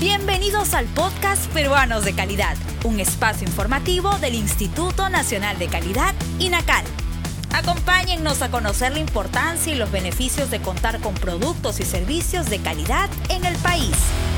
Bienvenidos al podcast Peruanos de Calidad, un espacio informativo del Instituto Nacional de Calidad, INACAL. Acompáñennos a conocer la importancia y los beneficios de contar con productos y servicios de calidad en el país.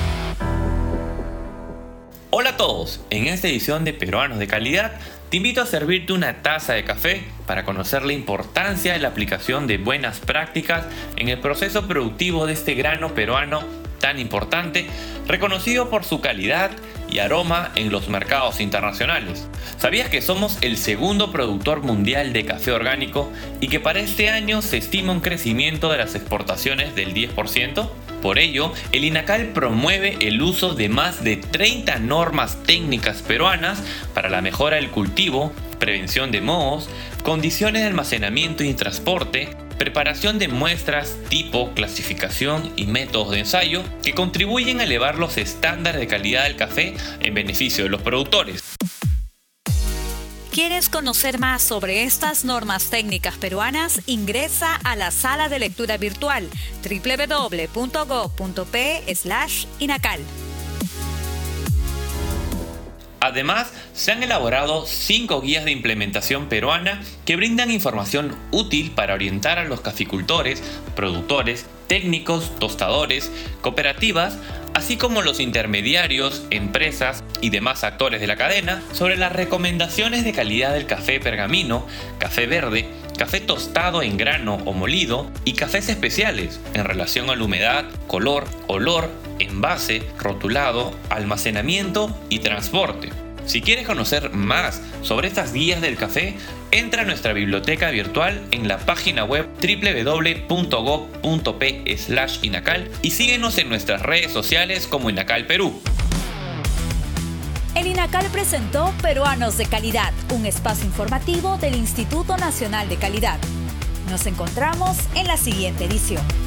Hola a todos, en esta edición de Peruanos de Calidad te invito a servirte una taza de café para conocer la importancia de la aplicación de buenas prácticas en el proceso productivo de este grano peruano tan importante, reconocido por su calidad y aroma en los mercados internacionales. ¿Sabías que somos el segundo productor mundial de café orgánico y que para este año se estima un crecimiento de las exportaciones del 10%? Por ello, el INACAL promueve el uso de más de 30 normas técnicas peruanas para la mejora del cultivo, prevención de mohos, condiciones de almacenamiento y transporte, preparación de muestras, tipo, clasificación y métodos de ensayo que contribuyen a elevar los estándares de calidad del café en beneficio de los productores. ¿Quieres conocer más sobre estas normas técnicas peruanas? Ingresa a la sala de lectura virtual www.gov.pe/INACAL. Además, se han elaborado 5 guías de implementación peruana que brindan información útil para orientar a los caficultores, productores, técnicos, tostadores, cooperativas, así como los intermediarios, empresas y demás actores de la cadena sobre las recomendaciones de calidad del café pergamino, café verde, café tostado en grano o molido y cafés especiales en relación a la humedad, color, olor, envase, rotulado, almacenamiento y transporte. Si quieres conocer más sobre estas guías del café, entra a nuestra biblioteca virtual en la página web www.gov.pe/INACAL y síguenos en nuestras redes sociales como INACAL Perú. El INACAL presentó Peruanos de Calidad, un espacio informativo del Instituto Nacional de Calidad. Nos encontramos en la siguiente edición.